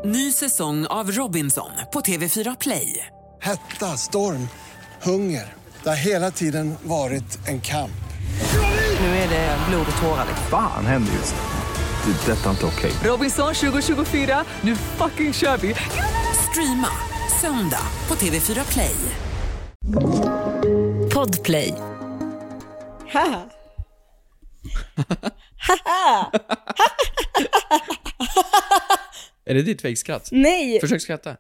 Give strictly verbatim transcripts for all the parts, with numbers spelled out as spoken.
Ny säsong av Robinson på T V fyra Play. Hetta, storm, hunger. Det har hela tiden varit en kamp. Nu är det blod och tårar. Fan händer just det. Det är detta inte okej. Robinson tjugo tjugofyra, nu fucking kör vi. Streama söndag på T V fyra Play. Podplay. Haha. Haha. Är det ditt fejkskratt? Nej. Försök skratta.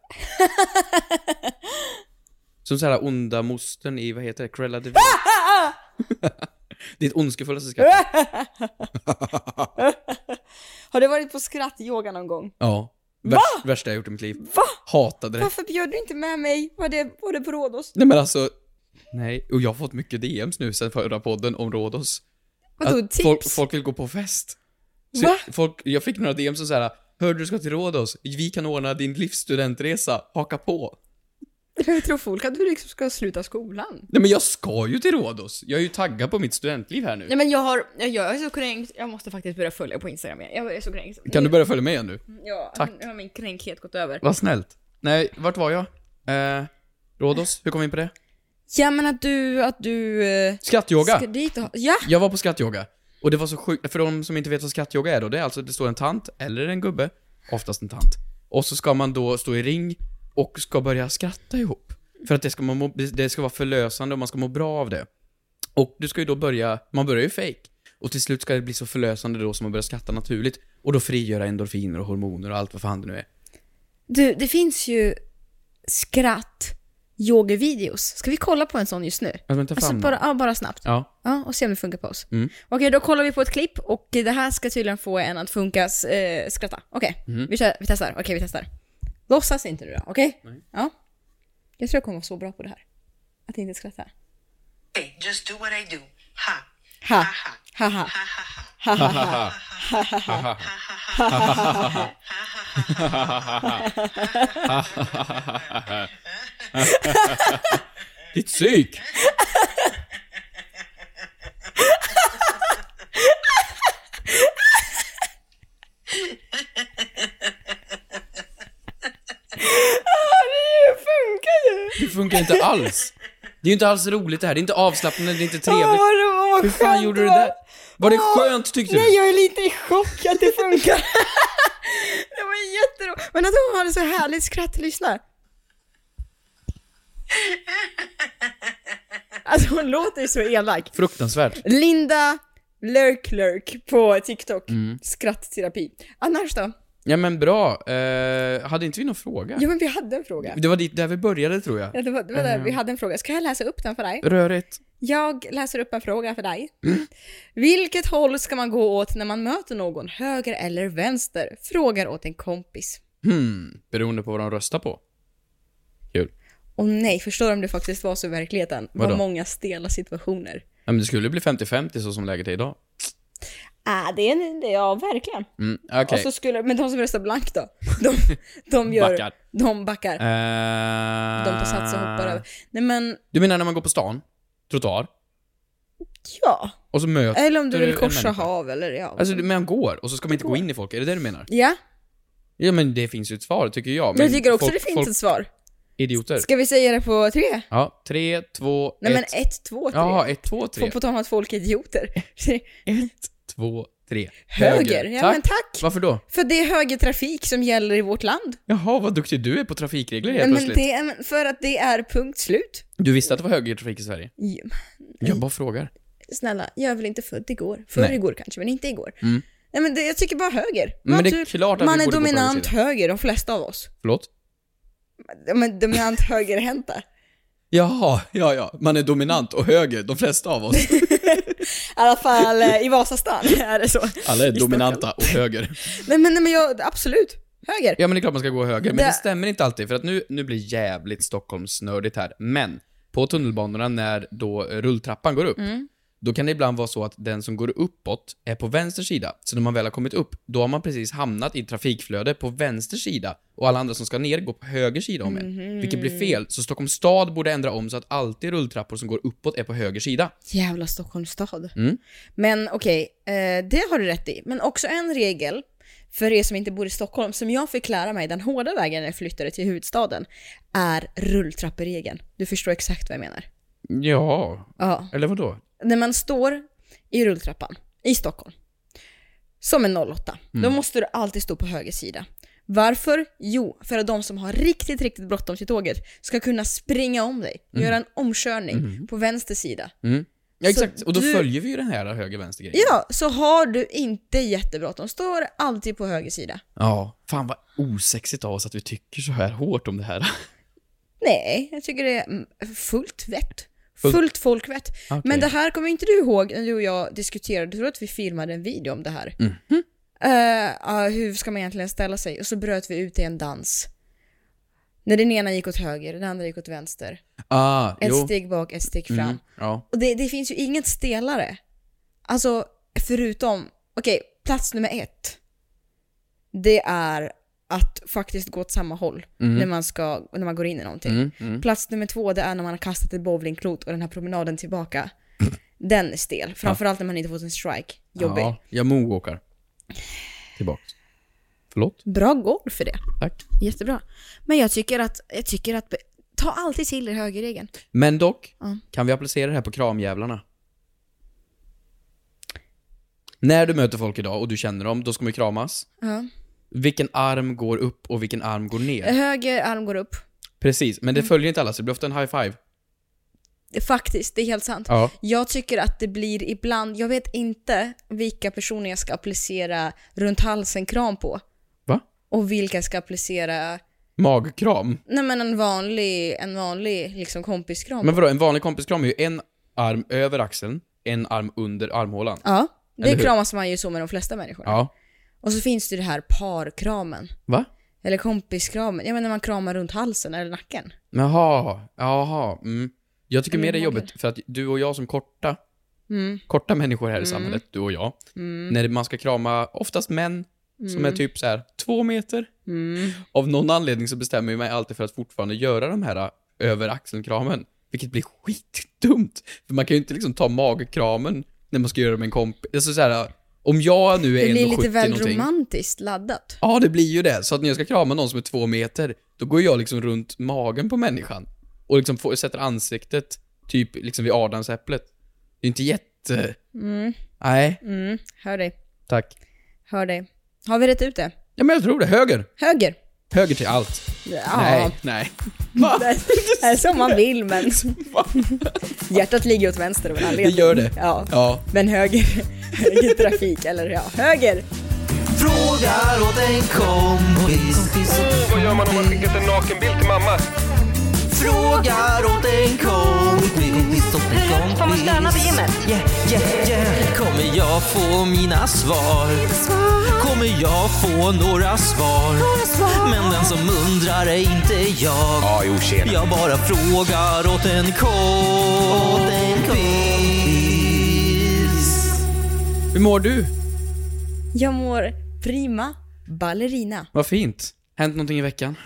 Som så här onda mostern i, vad heter det? Cruella de Vil. Ditt ondskefullaste skratt. Har du varit på skrattyoga någon gång? Ja. Värst, värsta jag gjort i mitt liv. Va? Hatade det. Varför bjöd du inte med mig? Var det, var det på Rhodos? Nej men alltså, nej. Och jag har fått mycket D M's nu sen förra podden om Rhodos. Vadå, Att tips? Folk, folk vill gå på fest. Så Va? folk, jag fick några D M's som så här: hörde du ska till Rhodos? Vi kan ordna din livsstudentresa. Haka på. Jag tror folk att du liksom ska sluta skolan. Nej men jag ska ju till Rhodos. Jag är ju taggad på mitt studentliv här nu. Nej men jag har, jag, jag är så kränkt. Jag måste faktiskt börja följa på Instagram igen. Jag är så kränkt. Kan du börja följa med nu? Ja, Tack. nu har min kränkhet gått över. Vad snällt. Nej, vart var jag? Eh, Rhodos, hur kom vi in på det? Ja men att du, att du... Eh, Skrattyoga. ska dit och, ja. Jag var på skrattyoga. Och det var så sjukt, för de som inte vet vad skrattyoga är då, det är alltså, det står en tant eller en gubbe, oftast en tant. Och så ska man då stå i ring och ska börja skratta ihop. För att det ska, man må, det ska vara förlösande och man ska må bra av det. Och du ska ju då börja, man börjar ju fake. Och till slut ska det bli så förlösande då som man börjar skratta naturligt. Och då frigöra endorfiner och hormoner och allt vad fan det nu är. Du, det finns ju skratt yoga-videos. Ska vi kolla på en sån just nu? Jag vill inte Alltså famna. bara, ja, bara snabbt. Ja. Ja, och se om det funkar på oss. Mm. Okej, då kollar vi på ett klipp. Och det här ska tydligen få en att funka eh, skratta. Okej, Mm. vi, kör- vi testar. Okej, vi testar. Låtsas inte nu då, okej? Nej. Ja. Jag tror jag kommer vara så bra på det här. Att inte skratta. Hey, just do what I do. Ha. Ha. Ha ha. Ha ha. Ha ha. Ha ha ha. Ditt psyk! Det funkar inte alls. Det är ju inte alls roligt det här. Det är inte avslappnande, det är inte trevligt. Åh, det var Hur fan skönt gjorde du det det var. där? Var det Åh, skönt tyckte Nej, du? jag är lite i chock att det funkar. Det var jätteroligt. Men att hon hade så härligt skratt, lyssna. Alltså hon låter ju så elak. Fruktansvärt. Linda Lurk Lurk på TikTok. Mm. Skrattterapi. Annars då? Ja men bra. Eh, hade inte vi någon fråga? Jo men vi hade en fråga. Det var dit där vi började tror jag. Ja, det var, det var där vi hade en fråga. Ska jag läsa upp den för dig? Rörigt. Jag läser upp en fråga för dig. Mm. Vilket håll ska man gå åt när man möter någon? Höger eller vänster? Frågar åt en kompis. Hmm, beroende på vad de röstar på. Kul. Och nej, förstår om det faktiskt var så i verkligheten. Vadå? Vad många stela situationer. Ja, men det skulle bli femtio femtio så som läget är idag. Ah, det är det, ja, verkligen. Mm, okej. Och så skulle, men de som röstar blankt då? De, de gör... Backar. De backar. Eh, De tar sats och hoppar över. Nej men, Du menar när man går på stan? Trottoar? ja. Och så möter Eller om du vill en korsa människa. hav eller ja. Alltså man går och så ska man inte gå in i folk. Är det det du menar? Ja, Ja men det finns ju ett svar tycker jag. men Men jag tycker också folk, det finns folk, ett svar. Idioter. Ska vi säga det på tre? Ja, tre, två, Nej ett. men ett, två, tre. Jaha, ett, två, tre. På, på tal om att folk är idioter. Ett, två, tre. Höger. Ja, men tack. Varför då? För det är högertrafik som gäller i vårt land. Jaha, vad duktig du är på trafikregler helt Men, men plötsligt. det är, men för att det är punkt slut. Du visste att det var högertrafik i Sverige? Ja, Jag bara frågar. snälla, jag är väl inte född igår. För Nej. igår kanske, men inte igår. Mm. Nej men det, jag tycker bara höger. Men Man det är typ- klart att man vi är borde gå på dominant högersidan. höger, de flesta av oss. Förlåt? Ja, men dominant högerhänta. Jaha, ja ja. Man är dominant och höger, de flesta av oss. I alla fall eh, i Vasastan är det så. Alla är I dominanta och höger. Nej men, nej, men jag, absolut. Höger. Ja men det är klart man ska gå höger, men Det- det stämmer inte alltid. För att nu, nu blir jävligt Stockholmsnördigt här. Men på tunnelbanorna när då rulltrappan går upp, Mm. då kan det ibland vara så att den som går uppåt är på vänster sida. Så när man väl har kommit upp, då har man precis hamnat i trafikflöde på vänster sida. Och alla andra som ska ner går på höger sida om en. Mhm. Vilket blir fel. Så Stockholms stad borde ändra om så att alltid rulltrappor som går uppåt är på höger sida. Jävla Stockholms stad. Mm. Men okej, eh, det har du rätt i. Men också en regel. för er som inte bor i Stockholm, som jag fick lära mig den hårda vägen när jag flyttade till huvudstaden, är rulltrapperegeln. Du förstår exakt vad jag menar. Ja, Ja. eller vadå? När man står i rulltrappan i Stockholm som en noll åtta, mm. då måste du alltid stå på höger sida. Varför? Jo, för att de som har riktigt, riktigt bråttom till tåget ska kunna springa om dig, mm. göra en omkörning mm. på vänster sida. Mm. Ja, exakt. Så och då du, följer vi ju den här höger-vänster-grejen. Ja, så har du inte jättebråttom, står alltid på höger sida. Ja, fan vad osexigt av oss att vi tycker så här hårt om det här. Nej, jag tycker det är fullt vett. Fullt, fullt folkvett. Okay. Men det här kommer inte du ihåg när du och jag diskuterade. Du tror att vi filmade en video om det här. Mm. Uh, uh, hur ska man egentligen ställa sig? Och så bröt vi ut i en dans. När den ena gick åt höger, den andra gick åt vänster. Ah, ett jo. steg bak, ett steg fram. Mm, ja. Och det, det finns ju inget stelare. Alltså, förutom... Okej, okay, plats nummer ett. Det är att faktiskt gå åt samma håll mm. när, man ska, när man går in i någonting. Mm, mm. Plats nummer två, det är när man har kastat ett bowlingklot och den här promenaden tillbaka. Den är stel. Framförallt när man inte fått en strike. Jobbig. Ja, jag moonwalkar. Tillbaka. Förlåt? Bra goal för det. Tack. Jättebra. Men jag tycker att, jag tycker att ta alltid till er högerregeln. Men dock, ja. kan vi applicera det här på kramjävlarna? När du möter folk idag och du känner dem, då ska man ju kramas. Ja. Vilken arm går upp och vilken arm går ner? Höger arm går upp. Precis, men det Mm. följer inte alla, så det blir ofta en high five. Faktiskt, det är helt sant. Ja. Jag tycker att det blir ibland, jag vet inte vilka personer jag ska applicera runt halsen kram på. Va? Och vilka jag ska applicera... Magkram? Nej, men en vanlig, en vanlig liksom kompiskram. Men vadå, en vanlig kompiskram är ju en arm över axeln, en arm under armhålan. Ja, det Eller hur? kramas man ju så med de flesta människor. Ja. Och så finns det det här parkramen. Va? Eller kompiskramen. Jag menar, man kramar runt halsen eller nacken. Jaha, jaha. Mm. Jag tycker Eller mer det är magen. jobbigt för att du och jag som korta Mm. korta människor här i Mm. samhället, du och jag, Mm. när man ska krama oftast män som Mm. är typ så här två meter. Mm. Av någon anledning så bestämmer jag mig alltid för att fortfarande göra de här över axelkramen, vilket blir skitdumt. För man kan ju inte liksom ta magkramen när man ska göra det med en kompis. Alltså så här, om jag nu är Det blir en komma sjuttio lite väl någonting. romantiskt laddat. Ja, det blir ju det. Så att när jag ska krama någon som är två meter, då går jag liksom runt magen på människan. Och liksom får, sätter ansiktet typ liksom vid adamsäpplet. Det är inte jätte... Mm. Nej, Mm. Hör dig. tack. Hör dig. Har vi rätt ut det? Ja, men jag tror det. Höger. Höger. Höger till allt. Ja. Nej, nej. Va? Det är som man vill, men hjärtat ligger åt vänster av en Det anledning. gör det. Ja. Ja. Men höger, höger trafik, eller ja, höger. Frågar åt en kompis. Åh, vad gör man om man skickat en nakenbild till mamma? Frågar åt en kompis. Får man stöna på gymmet? Yeah, yeah, yeah. Kommer jag få mina svar? Kommer jag få några svar? Men den som undrar är inte jag. Ja, jo, tjena. Jag bara frågar åt en kompis. Hur mår du? Jag mår prima ballerina. Vad fint. Hänt någonting i veckan?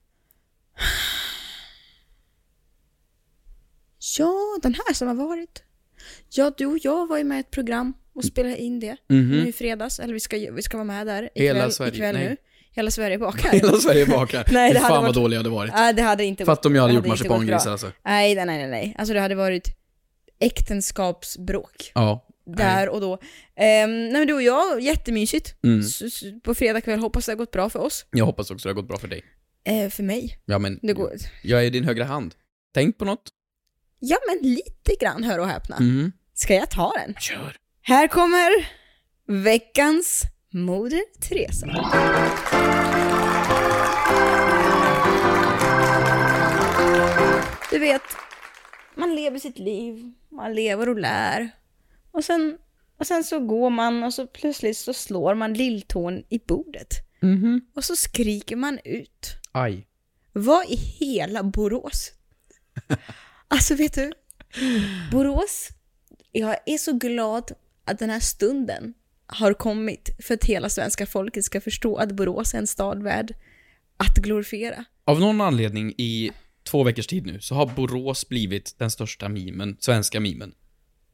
Ja, den här som har varit. Ja, du och jag var ju med i ett program och spelade in det Mhm. nu i fredags. Eller vi ska, vi ska vara med där ikväll, Hela Sverige, ikväll nej. nu. Hela Sverige bakar. Hela Sverige bakar. Nej, det Fy hade fan varit- vad dålig jag hade varit. Nej, det hade inte Fatt om jag hade det gjort inte gått marsipangrisar bra. alltså. Nej, nej, nej, nej. Alltså det hade varit äktenskapsbråk. Ja. Där Nej. och då. Ehm, nej men du och jag, jättemysigt. Mm. S- s- på fredag kväll, hoppas det har gått bra för oss. Jag hoppas också det har gått bra för dig. Eh, för mig. Ja, men Det går. jag är din högra hand. Tänk på något. Ja, men lite grann, hör och häpna. Mm. Ska jag ta den? Kör. Här kommer veckans Moder Teresa. Du vet, man lever sitt liv, man lever och lär. Och sen, och sen så går man och så plötsligt så slår man lilltån i bordet. Mhm. Och så skriker man ut. Aj. Vad i hela Borås? Alltså vet du, Borås, jag är så glad att den här stunden har kommit för att hela svenska folket ska förstå att Borås är en stad värd att glorifiera. Av någon anledning i två veckors tid nu så har Borås blivit den största mimen, svenska mimen.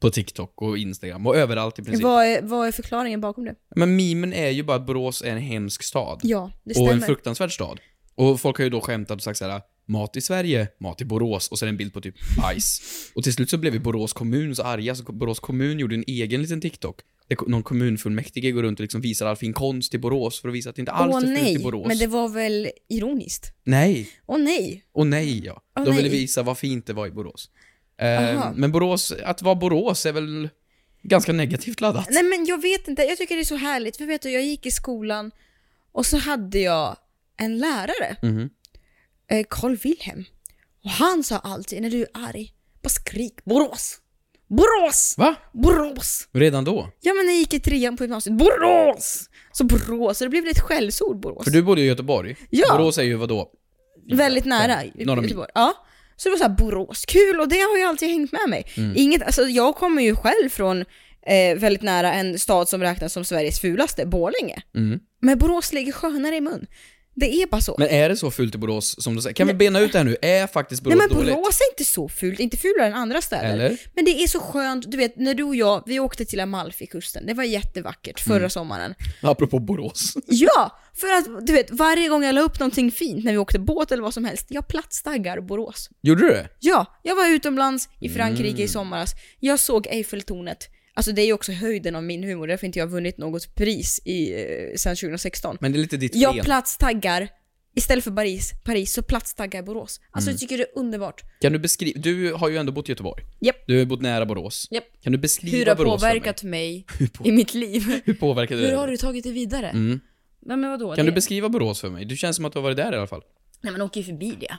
På TikTok och Instagram och överallt i princip. Vad är, vad är förklaringen bakom det? Men memen är ju bara att Borås är en hemsk stad. Ja, det stämmer. Och en fruktansvärd stad. Och folk har ju då skämtat och sagt såhär: mat i Sverige, mat i Borås. Och så är det en bild på typ bajs. Och till slut så blev vi Borås kommun så arga. Så Borås kommun gjorde en egen liten TikTok. Det, någon kommunfullmäktige går runt och liksom visar all fin konst i Borås. För att visa att det inte alls Åh, är fult nej, i Borås. men det var väl ironiskt? Nej. Åh nej. Och nej, ja. Åh, De ville nej. visa vad fint det var i Borås. Eh, men Borås, att vara Borås är väl ganska negativt laddat. Nej men jag vet inte, jag tycker det är så härligt. För vet du, jag gick i skolan och så hade jag en lärare, Mhm. eh, Carl Wilhelm. Och han sa alltid när du är arg, bara skrik Borås! Borås! Va? Borås! Redan då? Ja men när jag gick i trean på gymnasiet, Borås! Så Borås, så det blev ett skällsord Borås. För du bodde i Göteborg. Ja. Borås är ju vadå? Väldigt nära i Norra mil. Göteborg. Ja. Så det var så här Borås, kul, och det har ju alltid hängt med mig. Mm. Inget, alltså jag kommer ju själv från eh, väldigt nära en stad som räknas som Sveriges fulaste, Borlänge. Mm. Men Borås ligger skönare i mun. Det är bara så. Men är det så fult i Borås som du säger? Kan vi bena ut det här nu? Är faktiskt Borås Nej men dåligt? Borås är inte så fult, inte fulare än andra städer. Eller? Men det är så skönt, du vet, när du och jag, vi åkte till Amalfikusten. Det var jättevackert förra Mm. sommaren. Apropå Borås. Ja, för att du vet, varje gång jag la upp någonting fint när vi åkte båt eller vad som helst, jag platstaggar Borås. Gjorde du det? Ja, jag var utomlands i Frankrike Mm. i sommaras. Jag såg Eiffeltornet. Alltså det är ju också höjden av min humor, därför inte jag har vunnit något pris i, eh, sedan tjugo sexton. Men det är lite ditt Jag fel. platstaggar, istället för Paris, Paris så platstaggar jag Borås. Alltså Mm. jag tycker det är underbart. Kan du beskriva... Du har ju ändå bott i Göteborg. Japp. Du har bott nära Borås. Japp. Kan du beskriva Hur det har Borås för mig? påverkat mig i mitt liv. Hur påverkade Hur det? har du tagit det vidare? Mm. Nej men vadå? Kan det... du beskriva Borås för mig? Du känns som att du har varit där i alla fall. Nej men åker ju förbi det.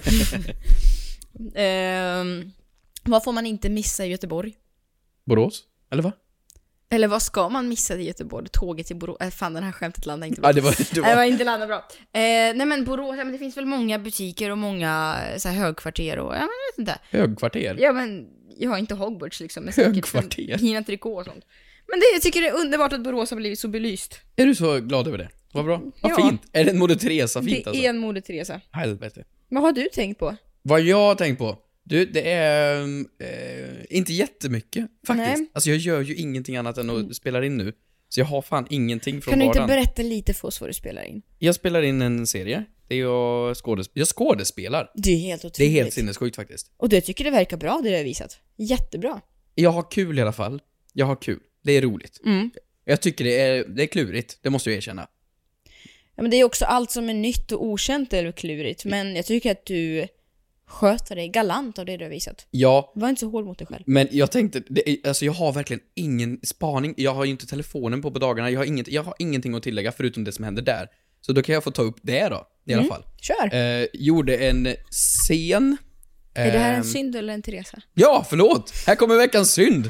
ehm, vad får man inte missa i Göteborg? Borås? Eller va? Eller vad ska man missa i Göteborg? Tåget till Borås? Äh, fan, den här skämtet landade inte bra. Ja, det var... Det Nej, det var var... inte landat bra. Eh, nej men Borås, ja, men det finns väl många butiker och många så här, högkvarter och, ja men jag vet inte. Högkvarter? Ja men, jag har inte Hogwarts liksom. Men säkert Högkvarter? Hina trikå och sånt. Men det, jag tycker det är underbart att Borås har blivit så belyst. Är du så glad över det? Vad bra. Vad Ja. fint. Är det en Moder Teresa fint Det alltså? är en Moder Teresa. Helvete. Vad har du tänkt på? Vad jag har tänkt på? Du, det är eh, inte jättemycket faktiskt. Nej. Alltså jag gör ju ingenting annat än att Mm. spela in nu. Så jag har fan ingenting från Kan du inte vardagen. berätta lite för oss vad du spelar in? Jag spelar in en serie. Det är jag skådes... Jag skådespelar. Det är helt otroligt. Det är helt sinnessjukt faktiskt. Och jag tycker det verkar bra det du har visat. Jättebra. Jag har kul i alla fall. Jag har kul. Det är roligt. Mm. Jag tycker det är, det är klurigt. Det måste jag erkänna. Ja, men det är också allt som är nytt och okänt eller klurigt. Men jag tycker att du sköter dig galant av det du har visat. Ja, Var inte så hård mot dig själv. men jag tänkte, det är, alltså jag har verkligen ingen spaning. Jag har ju inte telefonen på på dagarna. Jag har, inget, jag har ingenting att tillägga förutom det som händer där. Så då kan jag få ta upp det då, i alla Mm. fall. Kör. Eh, gjorde en scen. Är det här en Ehm, synd eller en Teresa? Ja, förlåt! Här kommer veckans synd!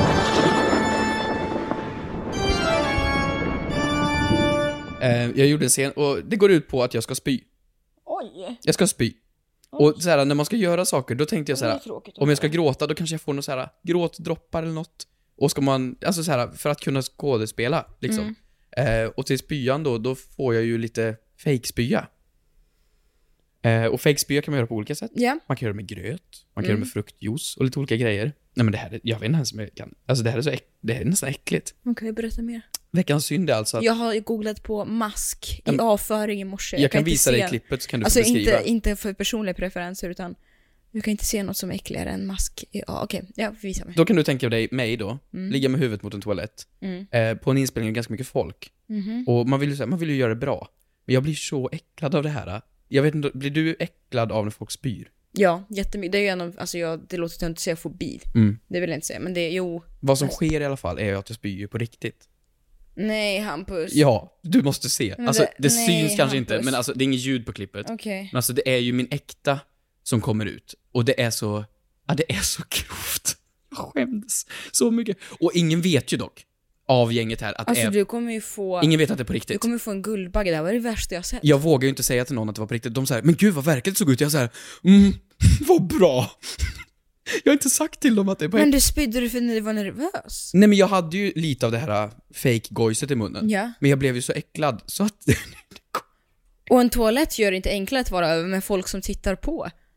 Eh, jag gjorde en scen och det går ut på att jag ska spy. Oj. Jag ska spy. Och så här, när man ska göra saker, då tänkte jag så Det här, är tråkigt. om jag ska gråta, då kanske jag får några så här gråtdroppar eller något. Och ska man, alltså så här, för att kunna skådespela, liksom. Eh, och till spyan då, då får jag ju lite fake-spya. Eh, och fake-spya kan man göra på olika sätt. Ja. Man kan göra det med gröt, man kan Mm. göra det med fruktjuice och lite olika grejer. Nej men det här, är- jag vet inte ens om jag kan, alltså det här är så äck, det här är nästan äckligt. Okej, berätta mer. Veckans synd är alltså att, Jag har googlat på mask i Men- avföring i morse. jag kan inte visa dig se- klippet så kan du Alltså få beskriva. inte, inte för personliga preferenser utan du kan inte se något som är äckligare än mask. i- Ja, okej. Ja, visa mig. Då kan du tänka dig mig då, Mm. ligga med huvudet mot en toalett. Mm. Eh, på en inspelning med ganska mycket folk. Mhm. Och man vill ju säga, man vill ju göra det bra. Men jag blir så äcklad av det här. Jag vet inte, blir du äcklad av när folk spyr? Ja, jättemycket. Det är ju en av, alltså jag, det låter inte säga fobi. Mm. Det vill jag inte säga, men det är, jo. Vad som sker i alla fall är ju att jag spyr på riktigt. Nej, Hampus. Ja, du måste se. Men Alltså, det- det nej, syns kanske inte, Hampus. men alltså det är inget ljud på klippet. Okej. Men alltså det är ju min äkta som kommer ut. Och det är så, ja det är så grovt. Jag skämdes så mycket. Och ingen vet ju dock, av gänget här, att Alltså det är, du kommer ju få... ingen vet att det är på Du riktigt. kommer få en guldbagge, det här var det värsta jag har sett. Jag vågar ju inte säga till någon att det var på riktigt. De säger, men gud vad verkligt såg ut. Jag säger, mm, vad bra. Jag har inte sagt till dem att det är på Men riktigt. du spydde du för när du var nervös? Nej men jag hade ju lite av det här fake-gojset i munnen. Ja. Men jag blev ju så äcklad så att... Och en toalett gör det inte enklare att vara över med folk som tittar på.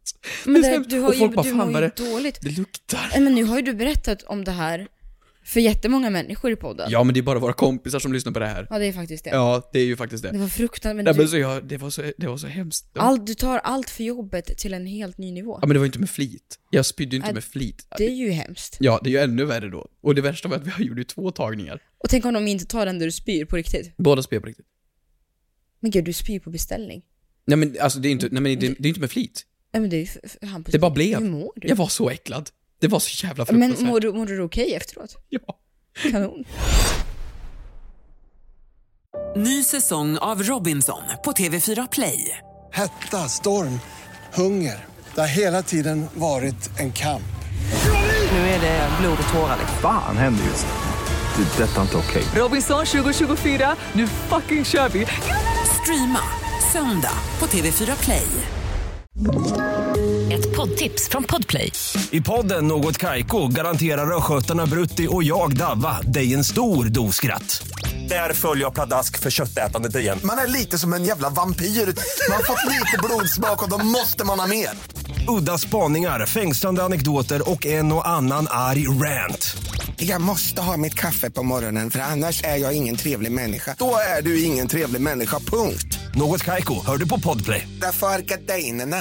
Men det, du har och folk ju, bara, du fan mår vad ju det, dåligt. det luktar. Men nu har ju du berättat om det här för jättemånga människor i podden. Ja, men det är bara våra kompisar som lyssnar på det här. Ja, det är faktiskt det. Ja, det är ju faktiskt det. Det var fruktansvärt. Men ja, du, men så jag, det, var så, det var så hemskt. Ja. allt, du tar allt för jobbet till en helt ny nivå. Ja, men det var ju inte med flit. Jag spydde inte ja, med flit. Det är ju hemskt. Ja, det är ju ännu värre då. Och det värsta var att vi har gjort två tagningar. Och tänk om de inte tar den där du spyr på riktigt. Båda spyr på riktigt. Men gud, du spyr på beställning. Nej, men alltså det är inte, nej, men det, det är inte med flit. Nej, men det är ju f- Hampus. Det bara blev. Hur mår du? Jag var så äcklad. Det var så jävla fruktansvärt. Men mår du, mår du okej efteråt? Ja. Kanon. Ny säsong av Robinson på T V fyra Play. Hetta, storm, hunger. Det har hela tiden varit en kamp. Nu är det blod och tårar. Fan händer just det. Det är detta inte okej. Robinson tjugo tjugofyra, nu fucking kör vi. Streama söndag på T V fyra Play. Ett poddtips från Podplay. I podden Något Kaiko garanterar röskötarna Brutti och jag Davva dig en stor doskratt. Där följer jag pladask för köttätandet igen. Man är lite som en jävla vampyr. Man har fått lite blodsmak och då måste man ha mer. Udda spaningar, fängslande anekdoter och en och annan arg rant. Jag måste ha mitt kaffe på morgonen för annars är jag ingen trevlig människa. Då är du ingen trevlig människa, punkt. Något Kaiko, hör du på Podplay. Därför är gardinerna.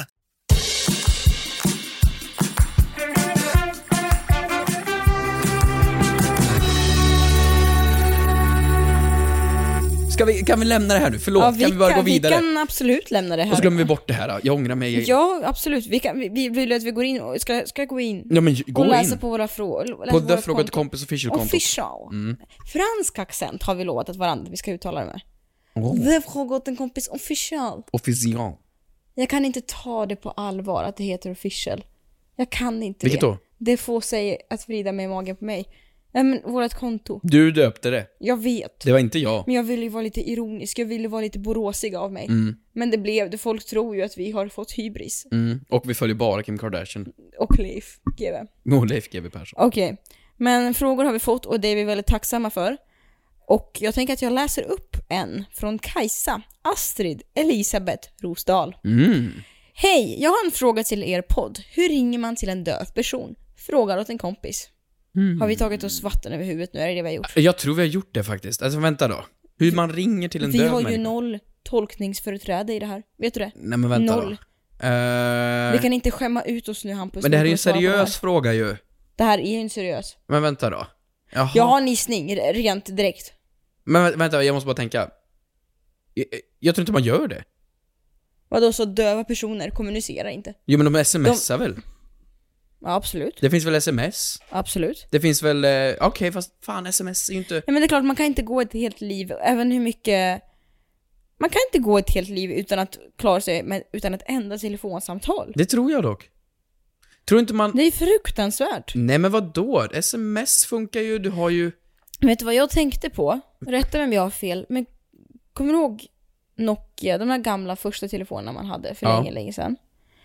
Ska vi, kan vi lämna det här nu? Förlåt, Ja, vi kan vi bara kan, gå vidare? Vi kan absolut lämna det här. Och så glömmer vi bort det här. Jag ångrar mig. Ja, absolut. Vi, kan, vi, vi vill att vi går in och ska, ska gå in Ja, men gå och läsa in. på våra frågor. På The Fråga till Kompis official-konto. Official. Mm. Fransk accent har vi lovat att varandra vi ska uttala det med. Oh. The Fråga till Kompis official. Official. Jag kan inte ta det på allvar att det heter official. Jag kan inte Vilket det. då? Det får sig att vrida mig i magen på mig. Nej, men vårat konto. Du döpte det. Jag vet. Det var inte jag. Men jag ville ju vara lite ironisk. Jag ville vara lite boråsig av mig. Mm. Men det blev det. Folk tror ju att vi har fått hybris. Mm. Och vi följer bara Kim Kardashian. Och Leif G W. Och Leif G W Persson. Okej. Okay. Men frågor har vi fått och det är vi väldigt tacksamma för. Och jag tänker att jag läser upp en från Kajsa, Astrid, Elisabeth Rosdahl. Mm. Hej, jag har en fråga till er podd. Hur ringer man till en döv person? Frågar åt en kompis. Mm. Har vi tagit oss vatten över huvudet nu? Är det det vi har gjort? Jag tror vi har gjort det faktiskt. Alltså vänta då. Hur man ringer till en vi döv har ju människa. noll tolkningsföreträde i det här. Vet du det? Nej men vänta noll. då. Uh... Vi kan inte skämma ut oss nu, Hampus. Men det här är ju en seriös fråga ju. Det här är ju en seriös. Men vänta då. Jaha. Jag har en gissning rent direkt. Men vänta, jag måste bara tänka. Jag, jag tror inte man gör det. Vadå, så döva personer kommunicerar inte? Jo men de smsar de... väl? Ja, absolut. Det finns väl sms? Absolut. Det finns väl, eh, okej okay, fast fan sms är ju inte... Nej men det är klart, man kan inte gå ett helt liv, även hur mycket... Man kan inte gå ett helt liv utan att klara sig med, utan ett enda telefonsamtal. Det tror jag dock. Tror inte man... Det är fruktansvärt. Nej men vad då? Sms funkar ju, du har ju... Vet du vad jag tänkte på? Rätta mig om jag har fel, men kommer du ihåg Nokia, de där gamla första telefonerna man hade för ja. länge, länge sedan?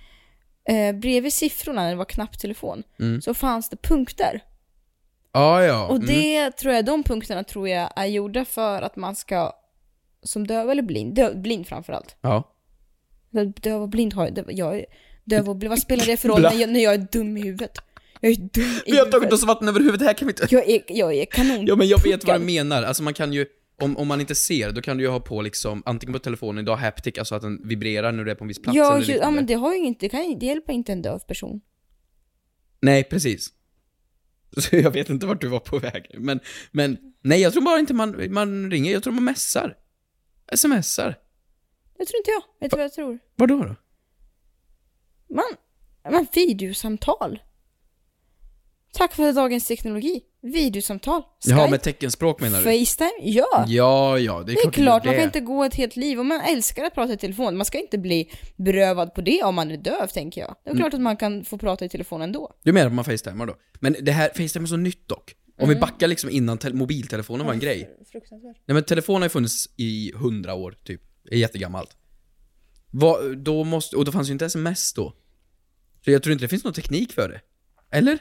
Eh, bredvid siffrorna när det var knapptelefon mm. så fanns det punkter. Ah, ja. Och mm. det tror jag, de punkterna tror jag är gjorda för att man ska, som döv eller blind, döv, blind framförallt. Ja. Döv och blind har jag, jag döv och blind, vad spelar det för roll när jag, när jag är dum i huvudet? Jag är dum i huvudet. Vi har tagit oss vatten över huvudet, här kan vi inte... Jag är, jag är kanon. Ja men jag vet vad du menar, alltså man kan ju... Om, om man inte ser, då kan du ju ha på liksom antingen på telefonen idag haptic, alltså att den vibrerar när du är på en viss plats. Ja, ju, ja men det har ju inte, det, kan, det hjälper inte en döv person. Nej, precis. Så jag vet inte vart du var på väg. Men, men nej, jag tror bara inte man, man ringer, jag tror man messar. Smsar. Jag tror inte jag, vet du vad jag tror? Vadå då? Man, man videosamtal. Tack för dagens teknologi. Videosamtal. Skype. Ja, med teckenspråk menar du? FaceTime, ja. Ja, ja, det är det är klart. klart det. Man kan inte gå ett helt liv. Om man älskar att prata i telefon, man ska inte bli berövad på det om man är döv, tänker jag. Det är mm. klart att man kan få prata i telefon ändå. Du menar att man FaceTimar då? Men det här, FaceTime är så nytt dock. Om mm. vi backar liksom innan te- mobiltelefonen var en grej. Fruktansvärt. Nej men telefonen har ju funnits i hundra år typ. Det är jättegammalt. Vad, då måste, och då fanns ju inte sms då. Så jag tror inte det finns någon teknik för det. Eller?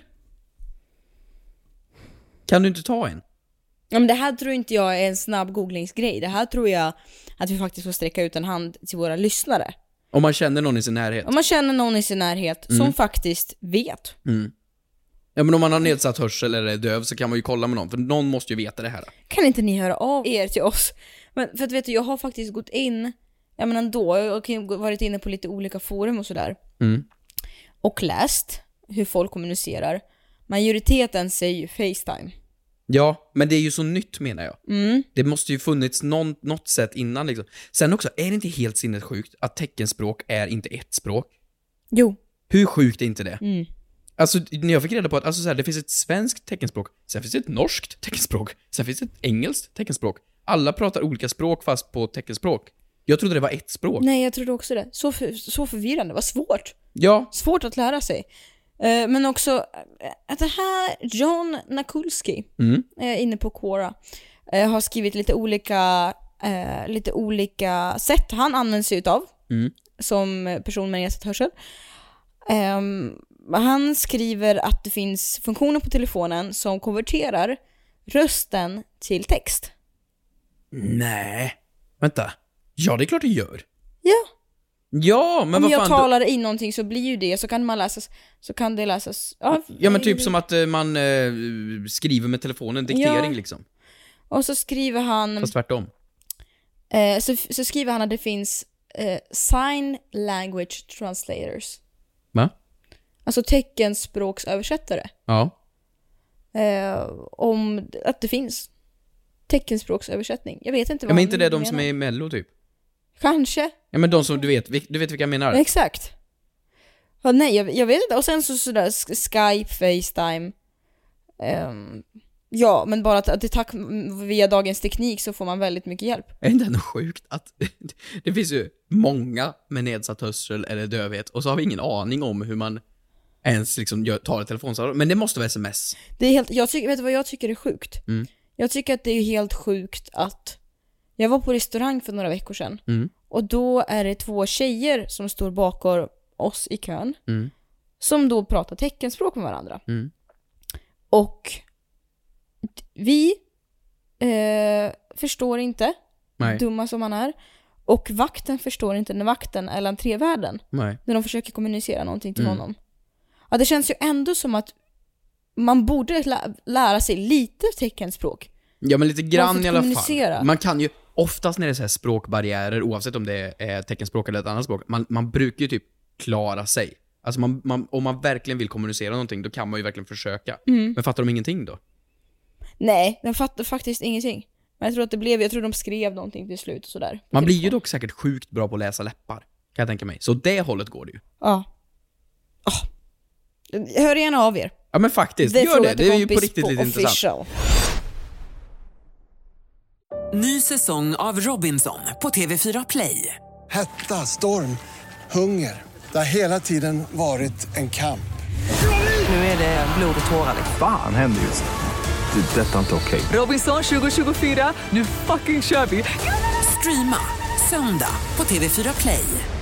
Kan du inte ta en? Ja, men det här tror inte jag är en snabb googlingsgrej. Det här tror jag att vi faktiskt får sträcka ut en hand till våra lyssnare. Om man känner någon i sin närhet. Om man känner någon i sin närhet mm. som faktiskt vet. Mm. Ja, men om man har nedsatt hörsel eller är döv så kan man ju kolla med någon. För någon måste ju veta det här. Kan inte ni höra av er till oss? Men för att vet du, jag har faktiskt gått in, jag menar då, jag har varit inne på lite olika forum och sådär. Mm. Och läst hur folk kommunicerar. Majoriteten säger ju FaceTime. Ja, men det är ju så nytt menar jag. Mm. Det måste ju funnits någon, något sätt innan liksom. Sen också, är det inte helt sinnessjukt att teckenspråk är inte ett språk? Jo. Hur sjukt är inte det? Mm. Alltså, när jag fick reda på att alltså, så här, det finns ett svenskt teckenspråk, sen finns det ett norskt teckenspråk, sen finns det ett engelskt teckenspråk. Alla pratar olika språk fast på teckenspråk. Jag trodde det var ett språk. Nej, jag trodde också det. Så, för, så förvirrande, vad svårt. Ja. Svårt att lära sig. Uh, men också att det här John Nakulski mm. uh, inne på Quora uh, har skrivit lite olika uh, lite olika sätt han använder sig utav mm. som person med nedsatt hörsel. Um, han skriver att det finns funktioner på telefonen som konverterar rösten till text. Nej. Vänta. Ja, det är klart det gör. Ja. Ja, men om vad jag fan talar in någonting så blir ju det, så kan man läsas, så kan det läsas. Ja, ja men typ som att uh, man uh, skriver med telefonen, diktering ja. liksom. Och så skriver han fast tvärtom. Eh, så, så skriver han att det finns eh, sign language translators. Va? Alltså teckenspråksöversättare. Ja. Eh, om att det finns teckenspråksöversättning. Jag vet inte vad. Ja, men inte det de menar. som är i Mello typ. Kanske. Ja, men de som du vet, du vet vilka jag menar. Exakt. Ja, nej, jag, jag vet inte. Och sen så sådär Skype, FaceTime. Um, ja, men bara att, att det tack via dagens teknik så får man väldigt mycket hjälp. Är det inte ändå sjukt att det finns ju många med nedsatt hörsel eller dövhet och så har vi ingen aning om hur man ens liksom gör, tar ett telefonsamtal. Men det måste vara sms. Det är helt, jag tycker, vet du vad jag tycker är sjukt? Mm. Jag tycker att det är helt sjukt att jag var på restaurang för några veckor sedan. Mm. Och då är det två tjejer som står bakom oss i kön. Mm. Som då pratar teckenspråk med varandra. Mm. Och vi eh, förstår inte, Nej. dumma som man är. Och vakten förstår inte när vakten eller entrévärden. Nej. När de försöker kommunicera någonting till Mm. honom. Ja, det känns ju ändå som att man borde lä- lära sig lite teckenspråk. Ja, men lite grann i alla kommunicera. fall. Man kan ju, oftast när det är så här språkbarriärer, oavsett om det är teckenspråk eller ett annat språk, man, man brukar ju typ klara sig. Alltså man, man, om man verkligen vill kommunicera någonting, då kan man ju verkligen försöka. Mm. Men fattar de ingenting då? Nej, de fattar faktiskt ingenting. Men jag tror att det blev, jag tror de skrev någonting till slut och sådär. Man blir ju dock säkert sjukt bra på att läsa läppar, kan jag tänka mig. Så det hållet går det ju. Ja. Oh. Hör gärna av er. Ja, men faktiskt, det gör det. Det är ju på riktigt på lite official. intressant. Ny säsong av Robinson på T V fyra Play. Hetta, storm, hunger. Det har hela tiden varit en kamp. Nu är det blod och tårar. Fan händer just det. Det är detta inte okej. Robinson tjugo tjugofyra, nu fucking kör vi. Streama söndag på T V fyra Play.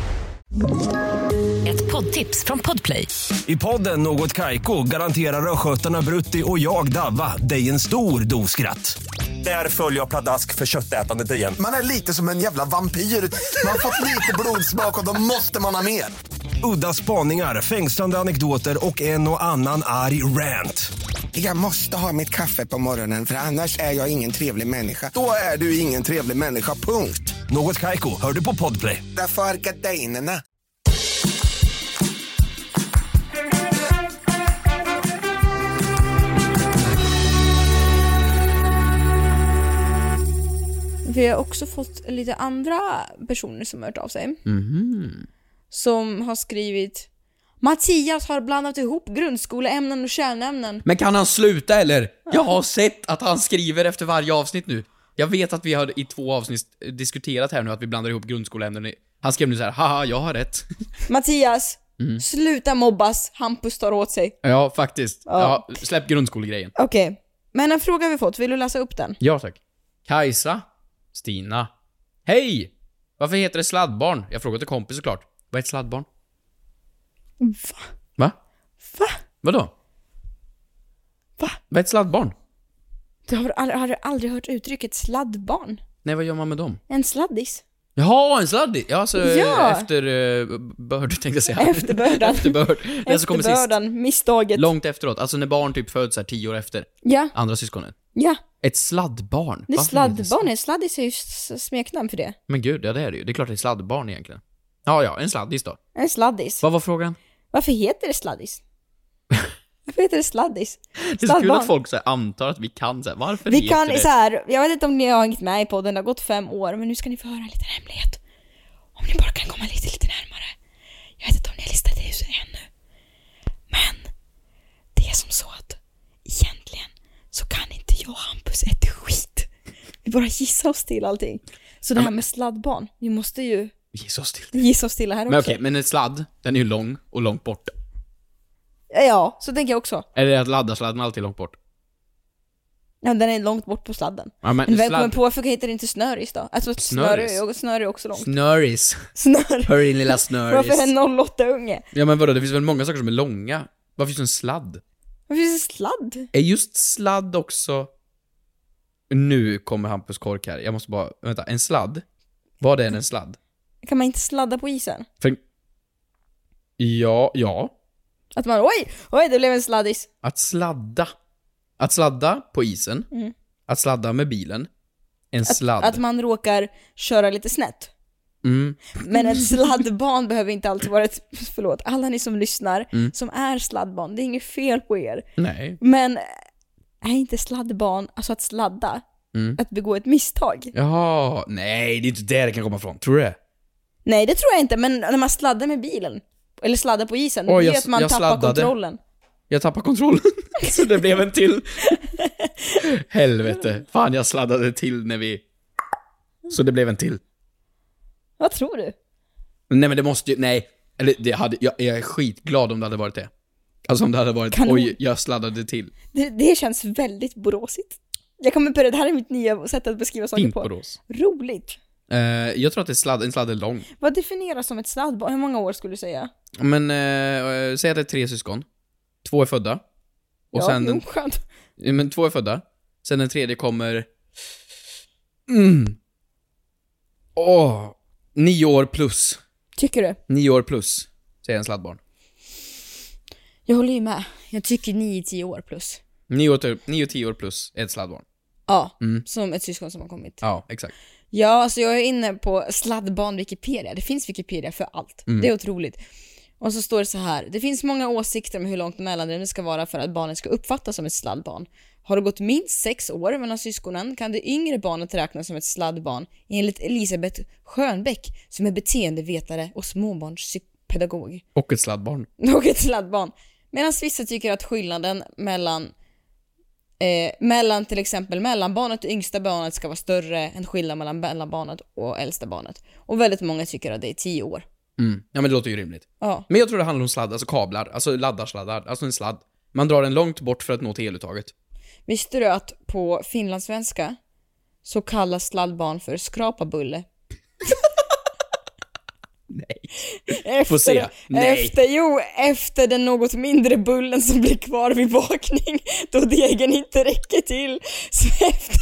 Ett poddtips från Podplay. I podden Något Kaiko garanterar öskötarna Brutti och jag Davva dig en stor dos skratt. Där följer jag pladask för köttätandet igen. Man är lite som en jävla vampyr. Man har fått lite blodsmak och då måste man ha mer. Udda spaningar, fängslande anekdoter och en och annan arg rant. Jag måste ha mitt kaffe på morgonen för annars är jag ingen trevlig människa. Då är du ingen trevlig människa, punkt. Något Kaiko, hör du på Podplay. Därför är gardinerna. Vi har också fått lite andra personer som har hört av sig. Mm. Som har skrivit: Mattias har blandat ihop grundskoleämnen och kärnämnen. Men kan han sluta eller? Jag har sett att han skriver efter varje avsnitt nu. Jag vet att vi har i två avsnitt diskuterat här nu att vi blandar ihop grundskoleämnen. Han skrev nu så här: haha, jag har rätt. Mattias, Mm. sluta mobbas. Hampus tar åt sig. Ja, faktiskt. Ja. Ja, släpp grundskolegrejen. Okej, okay. Men en fråga vi fått, vill du läsa upp den? Ja, tack. Kajsa, Stina. Hej! Varför heter det sladdbarn? Jag frågar till kompis såklart. Vad är ett sladdbarn? Va? Va? Va? Vadå? Va? Vad är ett sladdbarn? Du har, aldrig, har du aldrig hört uttrycket sladdbarn? Nej, vad gör man med dem? En sladdis. Jaha, en sladdis. Ja, alltså Ja. efter uh, börd tänkte jag säga. Efterbördan. Efterbörd. Det som kommer sist. Efterbördan, misstaget. Långt efteråt. Alltså när barn typ föds här tio år efter. Ja, Andra syskonen. ja. Ett sladdbarn. Det är Varför sladdbarn, är sladdis är ju s- smeknamn för det. Men gud, ja det är det ju. Det är klart det är sladdbarn egentligen. Ja, ja, en sladdis då. En sladdis. Vad var frågan? Varför heter det sladdis? Varför heter det sladdis? Det är så kul att folk så här, antar att vi kan så här, varför Vi heter kan det? så här, jag vet inte om ni har hängt med i podden, det har gått fem år, men nu ska ni få höra en liten hemlighet. Om ni bara kan komma lite, lite närmare. Jag vet inte om ni har listat det så ännu. Men det är som så att egentligen så kan inte jag och Hampus ett skit. Vi bara gissar oss till allting. Så det här med sladdbarn, vi måste ju Gissa oss till. gissa oss till det här också. Men okej, men en sladd, den är ju lång och långt bort. Ja, så tänker jag också. Är det att ladda sladden alltid långt bort? Ja, den är långt bort på sladden. Ja, men Men vem sladd- kommer på varför heter det inte snöris då? Alltså snöre, Snöris? snöre är också långt. Snöris. Snöre. Hör in lilla snöris. Varför är en noll åtta unge? Ja men vadå, det finns väl många saker som är långa. Varför finns det en sladd? Varför finns det sladd? Är just sladd också... Nu kommer Hampus kork här. Jag måste bara... Vänta, en sladd? Vad är en sladd? Kan man inte sladda på isen? För... Ja, ja. Att man, oj, oj, det blev en sladdis. Att sladda. Att sladda på isen. Mm. Att sladda med bilen. En Att, sladd. att man råkar köra lite snett. Mm. Men ett sladdbarn behöver inte alltid vara ett, förlåt, alla ni som lyssnar Mm. som är sladdbarn, det är inget fel på er. Nej. Men är inte sladdbarn, alltså att sladda, Mm. att begå ett misstag? Jaha, nej, det är inte där det kan komma ifrån. Tror du det? Nej, det tror jag inte, men när man sladdar med bilen, eller sladdar på isen, det Oj, blir jag- att man jag tappar sladdade. kontrollen. Jag tappar kontrollen. Så det blev en till. Helvete. Fan, jag sladdade till när vi... Så det blev en till. Vad tror du? Nej men det måste ju, nej. Eller det hade, jag, jag är skitglad om det hade varit det. Alltså om det hade varit, Kanon. oj, jag sladdade till. Det, det känns väldigt boråsigt. Jag kommer på det, det här är mitt nya sätt att beskriva saker Fint på. Borås. Roligt. Eh, jag tror att det är sladd, en sladd är lång. Vad definieras som ett sladdbarn? Hur många år skulle du säga? Men, eh, säg att det är tre syskon. Två är födda. Och ja, sen jo, den, skönt. men två är födda. Sen den tredje kommer... Mm. Åh, nio år plus. Tycker du? Nio år plus, säger en sladdbarn. Jag håller ju med. Jag tycker nio till tio år plus. Nio år, till- nio och tio år plus är ett sladdbarn. Ja, Mm. som ett syskon som har kommit. Ja, exakt. Ja, alltså jag är inne på sladdbarn Wikipedia. Det finns Wikipedia för allt. Mm. Det är otroligt. Och så står det så här. Det finns många åsikter om hur långt mellanrum det ska vara för att barnet ska uppfattas som ett sladdbarn. Har det gått minst sex år mellan syskonen kan det yngre barnet räknas som ett sladdbarn enligt Elisabeth Schönbeck som är beteendevetare och småbarnspedagog. Och ett sladdbarn. Och ett sladdbarn. Medan vissa tycker att skillnaden mellan eh, mellan till exempel mellanbarnet och yngsta barnet ska vara större än skillnaden mellan mellanbarnet och äldsta barnet. Och väldigt många tycker att det är tio år. Mm. Ja men det låter ju rimligt. Ja. Men jag tror det handlar om sladd, alltså kablar, alltså laddarsladdar, alltså en sladd. Man drar den långt bort för att nå till eluttaget. Visste du att på finlandssvenska så kallas sladdbarn för skrapabulle? Nej. Efter, Får se. Nej. Efter, jo, efter den något mindre bullen som blir kvar vid bakning då degen inte räcker till. Så efter,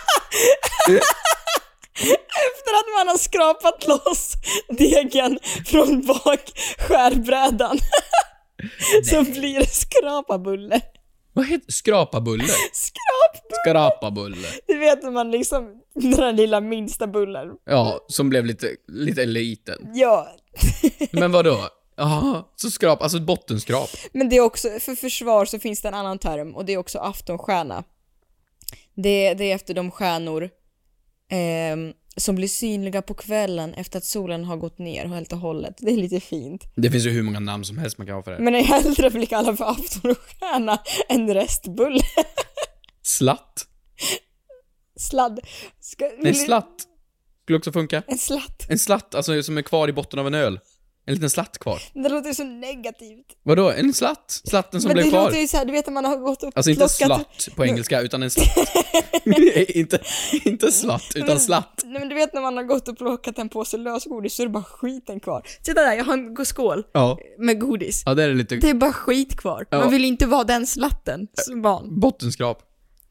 efter att man har skrapat loss degen från bakskärbrädan så blir det skrapabulle. Vad heter skrapabulle? Skrapbulle. Skrapabulle. Du vet när man liksom, den där lilla minsta bullen. Ja, som blev lite, lite liten. Ja. Men vadå? Ja, så skrap, alltså bottenskrap. Men det är också, för försvar så finns det en annan term och det är också aftonstjärna. Det, det är efter de stjärnor eh, som blir synliga på kvällen efter att solen har gått ner helt och hållet. Det är lite fint. Det finns ju hur många namn som helst man kan ha för det. Men jag hellre vill kalla för aftonstjärna än restbulle. Slatt. Sladd. Ska, En slatt. Skulle också funka. En slatt. En slatt, alltså som är kvar i botten av en öl. En liten slatt kvar. Det låter så negativt. Vadå? En slatt? Slatten som Men blev det kvar. låter ju så här, du vet att man har gått upp Alltså och inte plockat... slatt på engelska, utan en slatt. inte, inte slatt, utan men, slatt. Nej men du vet när man har gått och plockat en påse lösgodis så är det bara skiten kvar. Titta där, jag har en skål Ja. med godis. Ja, det är lite... Det är bara skit kvar. Ja. Man vill inte vara den slatten som barn. Bottenskrap.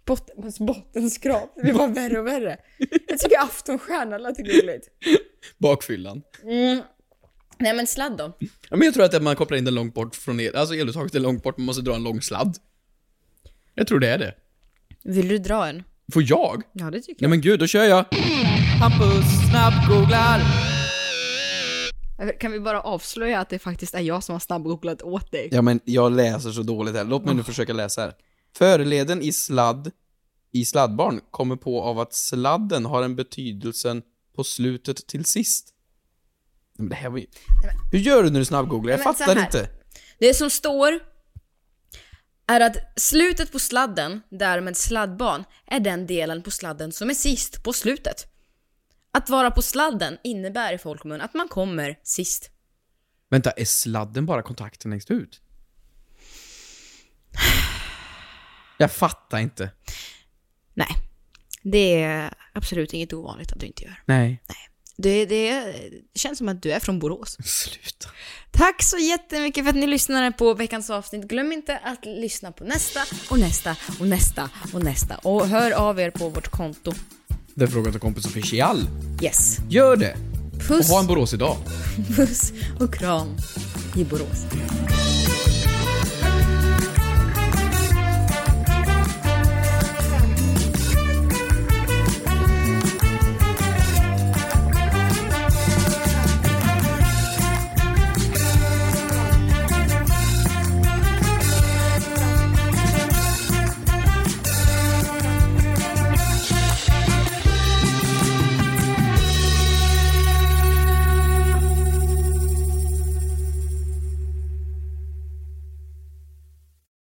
botten, bottenskrap. Det blir bara värre och värre. Jag tycker Aftonstjärna låter gulligt. Bakfyllan. Mm. Nej, men sladd då? Ja, men jag tror att man kopplar in den långt bort från er. Alltså eluttaget är långt bort, man måste dra en lång sladd. Jag tror det är det. Vill du dra en? Får jag? Ja, det tycker jag. Nej men gud, då kör jag. Hampus snabbgooglar. Kan vi bara avslöja att det faktiskt är jag som har snabbgooglat åt dig? Ja, men jag läser så dåligt här. Låt mig nu försöka läsa här. Föreleden i sladd i sladdbarn kommer på av att sladden har en betydelsen på slutet till sist. Men det här var ju... Hur gör du när du snabbgooglar? Jag Nej, fattar inte. Det som står är att slutet på sladden, därmed sladdbarn, är den delen på sladden som är sist på slutet. Att vara på sladden innebär i folkmun att man kommer sist. Vänta, är sladden bara kontakten längst ut? Jag fattar inte. Nej, det är absolut inget ovanligt att du inte gör. Nej. Nej. Det, det känns som att du är från Borås. Sluta. Tack så jättemycket för att ni lyssnade på veckans avsnitt. Glöm inte att lyssna på nästa och nästa och nästa och nästa. Och hör av er på vårt konto. Det är frågan till kompis official. Yes. Gör det. Puss. Och ha en Borås idag. Puss och kram i Borås.